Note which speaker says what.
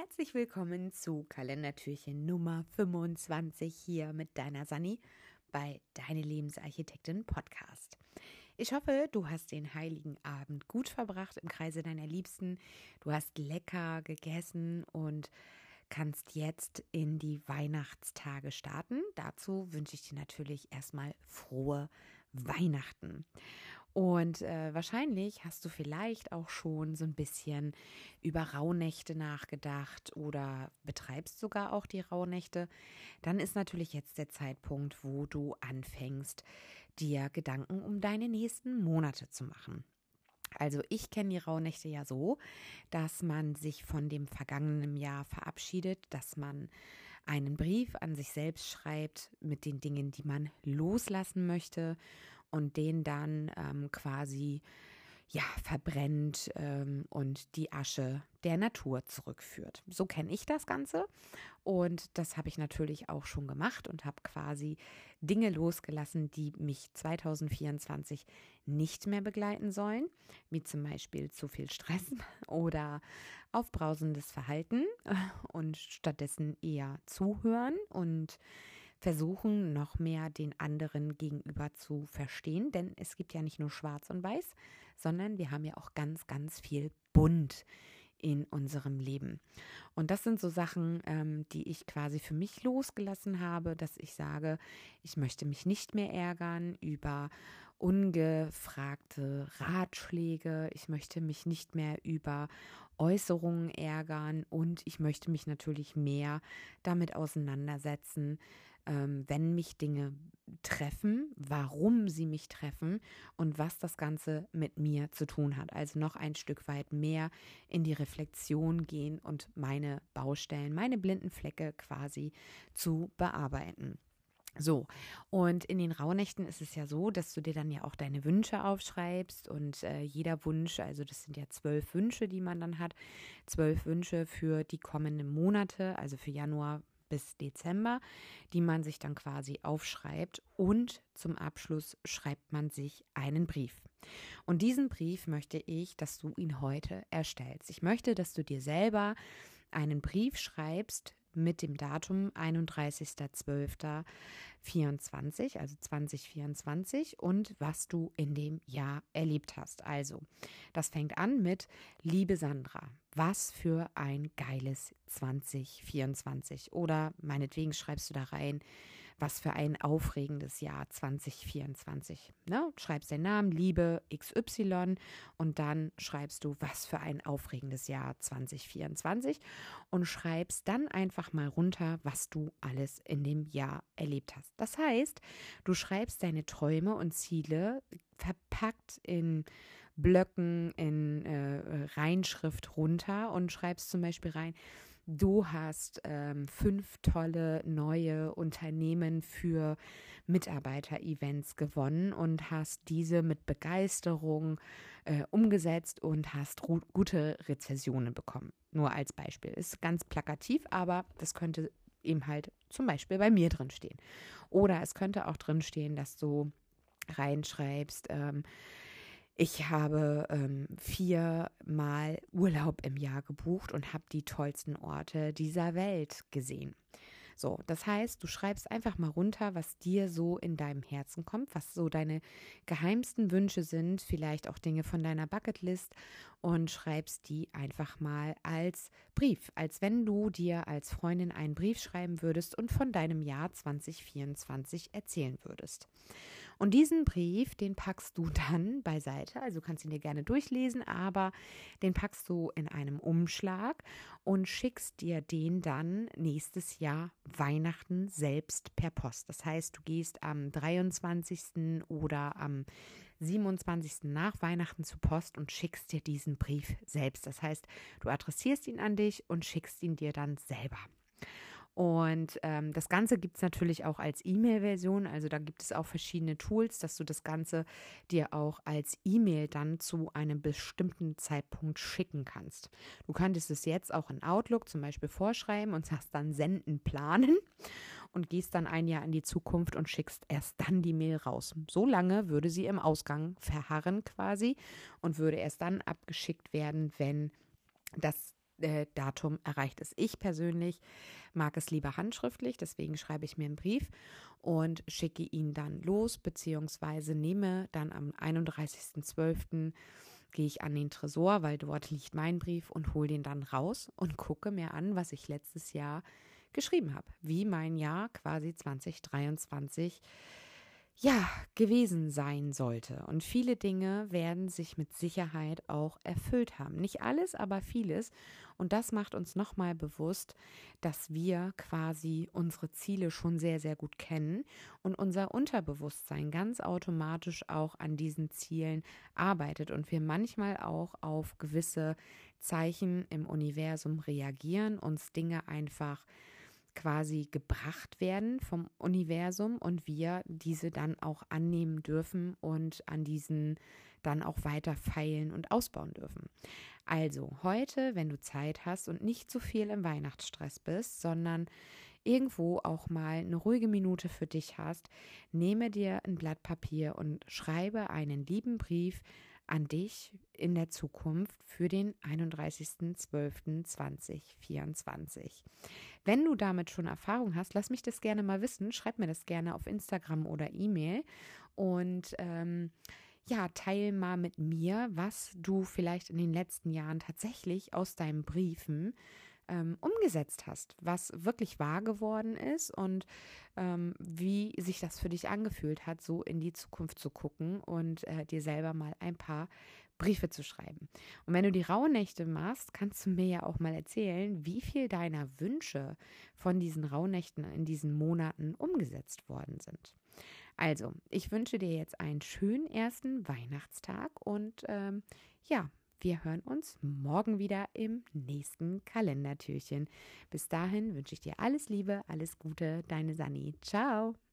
Speaker 1: Herzlich willkommen zu Kalendertürchen Nummer 25 hier mit deiner Sanni bei Deine Lebensarchitektin Podcast. Ich hoffe, du hast den heiligen Abend gut verbracht im Kreise deiner Liebsten. Du hast lecker gegessen und kannst jetzt in die Weihnachtstage starten. Dazu wünsche ich dir natürlich erstmal frohe Weihnachten. Und wahrscheinlich hast du vielleicht auch schon so ein bisschen über Rauhnächte nachgedacht oder betreibst sogar auch die Rauhnächte. Dann ist natürlich jetzt der Zeitpunkt, wo du anfängst, dir Gedanken um deine nächsten Monate zu machen. Also ich kenne die Rauhnächte ja so, dass man sich von dem vergangenen Jahr verabschiedet, dass man einen Brief an sich selbst schreibt mit den Dingen, die man loslassen möchte und den dann quasi verbrennt und die Asche der Natur zurückführt. So kenne ich das Ganze und das habe ich natürlich auch schon gemacht und habe quasi Dinge losgelassen, die mich 2024 nicht mehr begleiten sollen, wie zum Beispiel zu viel Stress oder aufbrausendes Verhalten und stattdessen eher zuhören und versuchen, noch mehr den anderen gegenüber zu verstehen, denn es gibt ja nicht nur schwarz und weiß, sondern wir haben ja auch ganz, ganz viel bunt in unserem Leben. Und das sind so Sachen, die ich quasi für mich losgelassen habe, dass ich sage, ich möchte mich nicht mehr ärgern über ungefragte Ratschläge, ich möchte mich nicht mehr über Äußerungen ärgern und ich möchte mich natürlich mehr damit auseinandersetzen, wenn mich Dinge treffen, warum sie mich treffen und was das Ganze mit mir zu tun hat. Also noch ein Stück weit mehr in die Reflexion gehen und meine Baustellen, meine blinden Flecke quasi zu bearbeiten. So, und in den Rauhnächten ist es ja so, dass du dir dann ja auch deine Wünsche aufschreibst und jeder Wunsch, also das sind ja 12 Wünsche, die man dann hat, 12 Wünsche für die kommenden Monate, also für Januar bis Dezember, die man sich dann quasi aufschreibt und zum Abschluss schreibt man sich einen Brief. Und diesen Brief möchte ich, dass du ihn heute erstellst. Ich möchte, dass du dir selber einen Brief schreibst mit dem Datum 31.12.24, also 2024 und was du in dem Jahr erlebt hast. Also, das fängt an mit: Liebe Sandra, was für ein geiles 2024. Oder meinetwegen schreibst du da rein, was für ein aufregendes Jahr 2024. Ne? Schreibst den Namen, Liebe XY und dann schreibst du, was für ein aufregendes Jahr 2024 und schreibst dann einfach mal runter, was du alles in dem Jahr erlebt hast. Das heißt, du schreibst deine Träume und Ziele verpackt in Blöcken, in Reinschrift runter und schreibst zum Beispiel rein, du hast 5 tolle neue Unternehmen für Mitarbeiter-Events gewonnen und hast diese mit Begeisterung umgesetzt und hast gute Rezensionen bekommen. Nur als Beispiel. Ist ganz plakativ, aber das könnte eben halt zum Beispiel bei mir drin stehen. Oder es könnte auch drin stehen, dass du reinschreibst, ich habe 4-mal Urlaub im Jahr gebucht und habe die tollsten Orte dieser Welt gesehen. So, das heißt, du schreibst einfach mal runter, was dir so in deinem Herzen kommt, was so deine geheimsten Wünsche sind, vielleicht auch Dinge von deiner Bucketlist und schreibst die einfach mal als Brief, als wenn du dir als Freundin einen Brief schreiben würdest und von deinem Jahr 2024 erzählen würdest. Und diesen Brief, den packst du dann beiseite, also du kannst ihn dir gerne durchlesen, aber den packst du in einem Umschlag und schickst dir den dann nächstes Jahr Weihnachten selbst per Post. Das heißt, du gehst am 23. oder am 27. nach Weihnachten zur Post und schickst dir diesen Brief selbst. Das heißt, du adressierst ihn an dich und schickst ihn dir dann selber. Und das Ganze gibt es natürlich auch als E-Mail-Version, also da gibt es auch verschiedene Tools, dass du das Ganze dir auch als E-Mail dann zu einem bestimmten Zeitpunkt schicken kannst. Du könntest es jetzt auch in Outlook zum Beispiel vorschreiben und sagst dann Senden, planen und gehst dann ein Jahr in die Zukunft und schickst erst dann die Mail raus. So lange würde sie im Ausgang verharren quasi und würde erst dann abgeschickt werden, wenn das Datum erreicht es. Ich persönlich mag es lieber handschriftlich, deswegen schreibe ich mir einen Brief und schicke ihn dann los, beziehungsweise nehme dann am 31.12. gehe ich an den Tresor, weil dort liegt mein Brief und hole den dann raus und gucke mir an, was ich letztes Jahr geschrieben habe, wie mein Jahr quasi 2023 gewesen sein sollte. Und viele Dinge werden sich mit Sicherheit auch erfüllt haben. Nicht alles, aber vieles. Und das macht uns nochmal bewusst, dass wir quasi unsere Ziele schon sehr, sehr gut kennen und unser Unterbewusstsein ganz automatisch auch an diesen Zielen arbeitet und wir manchmal auch auf gewisse Zeichen im Universum reagieren, uns Dinge einfach quasi gebracht werden vom Universum und wir diese dann auch annehmen dürfen und an diesen dann auch weiter feilen und ausbauen dürfen. Also heute, wenn du Zeit hast und nicht so viel im Weihnachtsstress bist, sondern irgendwo auch mal eine ruhige Minute für dich hast, nehme dir ein Blatt Papier und schreibe einen lieben Brief an dich in der Zukunft für den 31.12.2024. Wenn du damit schon Erfahrung hast, lass mich das gerne mal wissen. Schreib mir das gerne auf Instagram oder E-Mail und teil mal mit mir, was du vielleicht in den letzten Jahren tatsächlich aus deinen Briefen umgesetzt hast, was wirklich wahr geworden ist und wie sich das für dich angefühlt hat, so in die Zukunft zu gucken und dir selber mal ein paar Briefe zu schreiben. Und wenn du die Rauhnächte machst, kannst du mir ja auch mal erzählen, wie viel deiner Wünsche von diesen Rauhnächten in diesen Monaten umgesetzt worden sind. Also, ich wünsche dir jetzt einen schönen ersten Weihnachtstag und wir hören uns morgen wieder im nächsten Kalendertürchen. Bis dahin wünsche ich dir alles Liebe, alles Gute, deine Sanni. Ciao.